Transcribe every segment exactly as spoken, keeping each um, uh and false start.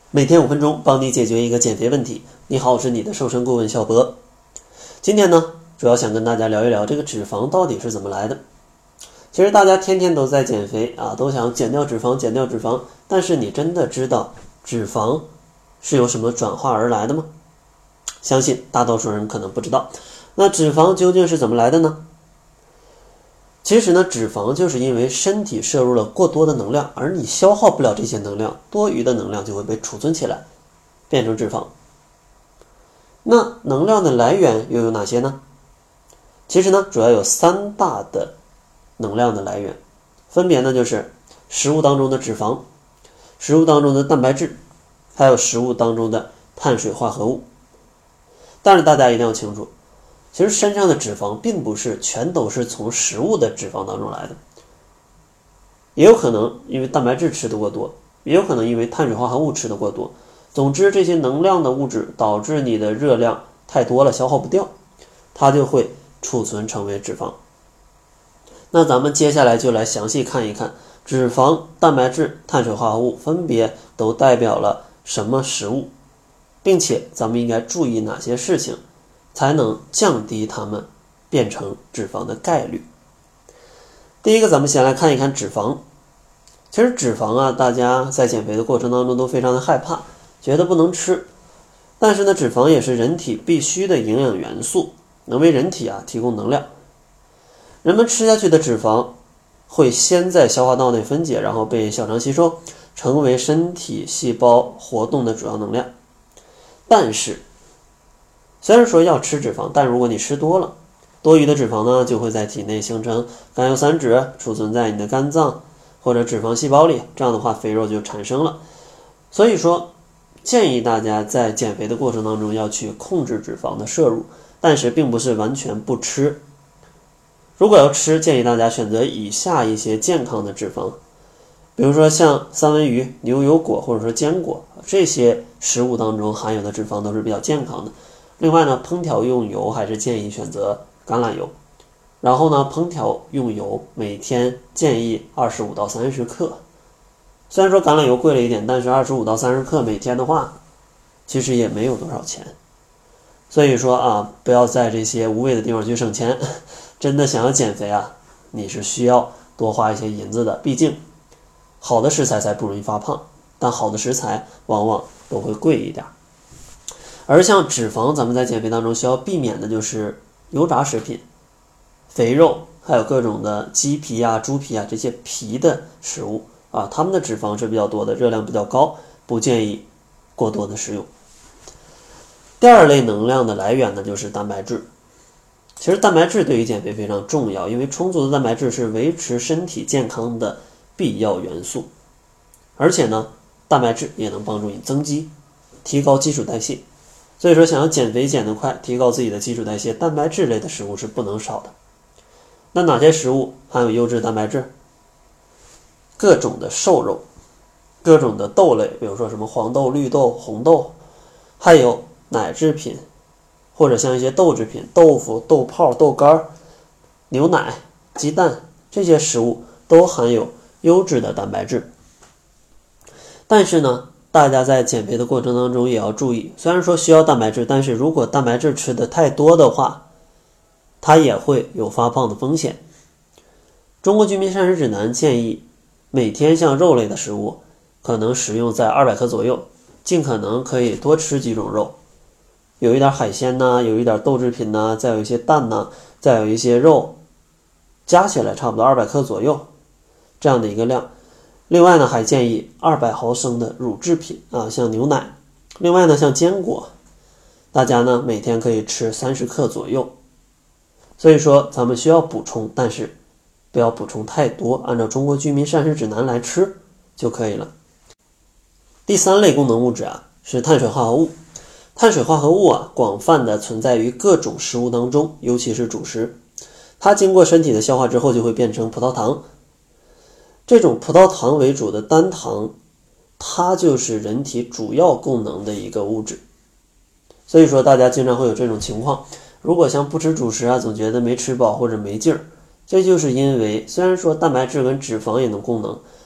每天五分钟，帮你解决一个减肥问题。你好，我是你的瘦身顾问小博。今天呢，主要想跟大家聊一聊这个脂肪到底是怎么来的。其实大家天天都在减肥啊，都想减掉脂肪，减掉脂肪。但是你真的知道脂肪是由什么转化而来的吗？相信大多数人可能不知道。那脂肪究竟是怎么来的呢？其实呢，脂肪就是因为身体摄入了过多的能量，而你消耗不了这些能量，多余的能量就会被储存起来，变成脂肪。那能量的来源又有哪些呢？其实呢，主要有三大的能量的来源，分别呢就是食物当中的脂肪、食物当中的蛋白质，还有食物当中的碳水化合物。但是大家一定要清楚，其实身上的脂肪并不是全都是从食物的脂肪当中来的，也有可能因为蛋白质吃得过多，也有可能因为碳水化合物吃得过多。总之，这些能量的物质导致你的热量太多了，消耗不掉，它就会储存成为脂肪。那咱们接下来就来详细看一看脂肪、蛋白质、碳水化合物分别都代表了什么食物，并且咱们应该注意哪些事情，才能降低它们变成脂肪的概率。第一个，咱们先来看一看脂肪。其实脂肪啊，大家在减肥的过程当中都非常的害怕，觉得不能吃。但是呢，脂肪也是人体必须的营养元素，能为人体啊提供能量。人们吃下去的脂肪会先在消化道内分解，然后被小肠吸收，成为身体细胞活动的主要能量。但是虽然说要吃脂肪，但如果你吃多了，多余的脂肪呢就会在体内形成甘油三酯，储存在你的肝脏或者脂肪细胞里，这样的话肥肉就产生了。所以说建议大家在减肥的过程当中要去控制脂肪的摄入，但是并不是完全不吃。如果要吃，建议大家选择以下一些健康的脂肪，比如说像三文鱼、牛油果或者说坚果，这些食物当中含有的脂肪都是比较健康的。另外呢，烹调用油还是建议选择橄榄油。然后呢，烹调用油每天建议二十五到三十克。虽然说橄榄油贵了一点，但是二十五到三十克每天的话，其实也没有多少钱。所以说啊，不要在这些无谓的地方去省钱。真的想要减肥啊，你是需要多花一些银子的。毕竟好的食材才不容易发胖，但好的食材往往都会贵一点。而像脂肪，咱们在减肥当中需要避免的就是油炸食品、肥肉，还有各种的鸡皮啊、猪皮啊这些皮的食物啊，它们的脂肪是比较多的，热量比较高，不建议过多的食用。第二类能量的来源呢，就是蛋白质。其实蛋白质对于减肥非常重要，因为充足的蛋白质是维持身体健康的必要元素。而且呢，蛋白质也能帮助你增肌，提高基础代谢。所以说想要减肥减得快，提高自己的基础代谢，蛋白质类的食物是不能少的。那哪些食物含有优质蛋白质？各种的瘦肉，各种的豆类，比如说什么黄豆、绿豆、红豆，还有奶制品，或者像一些豆制品，豆腐、豆泡、豆干、牛奶、鸡蛋，这些食物都含有优质的蛋白质。但是呢，大家在减肥的过程当中也要注意，虽然说需要蛋白质，但是如果蛋白质吃的太多的话，它也会有发胖的风险。中国居民膳食指南建议每天像肉类的食物可能食用在二百克左右，尽可能可以多吃几种肉，有一点海鲜呐，有一点豆制品呐，再有一些蛋呐，再有一些肉，加起来差不多二百克左右这样的一个量。另外呢，还建议二百毫升的乳制品啊，像牛奶。另外呢，像坚果，大家呢每天可以吃三十克左右。所以说咱们需要补充，但是不要补充太多，按照中国居民膳食指南来吃就可以了。第三类功能物质啊，是碳水化合物。碳水化合物啊，广泛的存在于各种食物当中，尤其是主食。它经过身体的消化之后，就会变成葡萄糖。这种葡萄糖为主的单糖，它就是人体主要功能的一个物质。所以说大家经常会有这种情况，如果像不吃主食啊，总觉得没吃饱或者没劲儿，这就是因为虽然说蛋白质跟脂肪也能功能，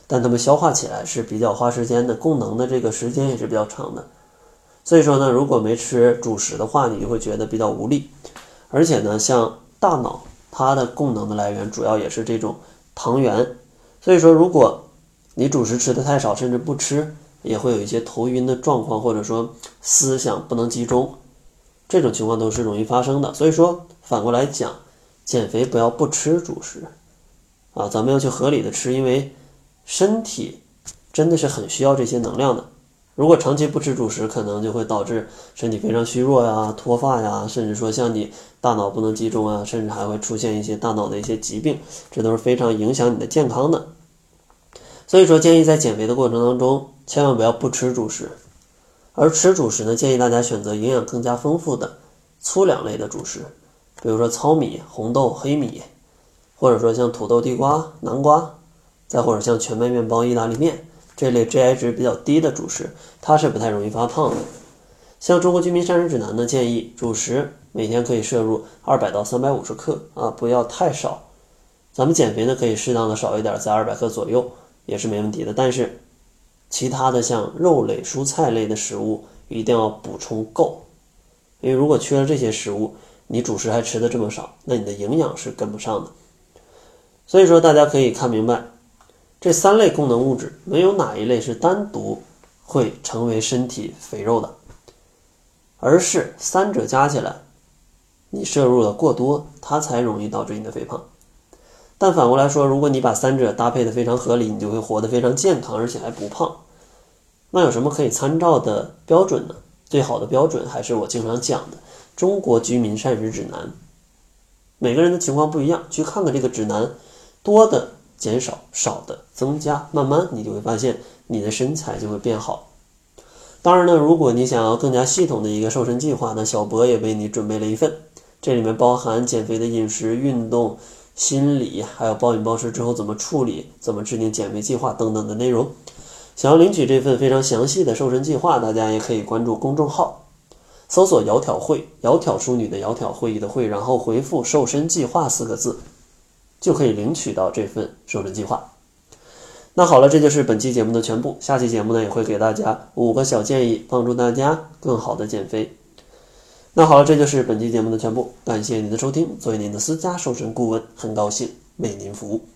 但它们消化起来是比较花时间的，供能的这个时间也是比较长的。所以说呢，如果没吃主食的话，你就会觉得比较无力。而且呢，像大脑它的供能的来源主要也是这种糖原，所以说如果你主食吃的太少，甚至不吃，也会有一些头晕的状况，或者说思想不能集中，这种情况都是容易发生的。所以说反过来讲，减肥不要不吃主食啊，咱们要去合理的吃，因为身体真的是很需要这些能量的。如果长期不吃主食，可能就会导致身体非常虚弱呀、脱发呀，甚至说像你大脑不能集中啊，甚至还会出现一些大脑的一些疾病，这都是非常影响你的健康的。所以说建议在减肥的过程当中，千万不要不吃主食。而吃主食呢，建议大家选择营养更加丰富的粗粮类的主食，比如说糙米、红豆、黑米，或者说像土豆、地瓜、南瓜，再或者像全麦面包、意大利面这类 G I 值比较低的主食，它是不太容易发胖的。像中国居民膳食指南呢，建议主食每天可以摄入二百到三百五十克啊，不要太少。咱们减肥呢，可以适当的少一点，在二百克左右也是没问题的。但是其他的像肉类、蔬菜类的食物一定要补充够，因为如果缺了这些食物，你主食还吃的这么少，那你的营养是跟不上的。所以说大家可以看明白，这三类功能物质没有哪一类是单独会成为身体肥肉的，而是三者加起来你摄入的过多，它才容易导致你的肥胖。但反过来说，如果你把三者搭配的非常合理，你就会活得非常健康，而且还不胖。那有什么可以参照的标准呢？最好的标准还是我经常讲的中国居民膳食指南。每个人的情况不一样，去看看这个指南，多的减少，少的增加，慢慢你就会发现你的身材就会变好。当然呢，如果你想要更加系统的一个瘦身计划呢，小博也为你准备了一份，这里面包含减肥的饮食、运动、心理，还有暴饮暴食之后怎么处理，怎么制定减肥计划等等的内容。想要领取这份非常详细的瘦身计划，大家也可以关注公众号，搜索窈窕会，窈窕淑女的窈窕，会议的会，然后回复瘦身计划四个字，就可以领取到这份瘦身计划。那好了，这就是本期节目的全部，下期节目呢也会给大家五个小建议，帮助大家更好的减肥。那好了，这就是本期节目的全部，感谢您的收听。作为您的私家瘦身顾问，很高兴为您服务。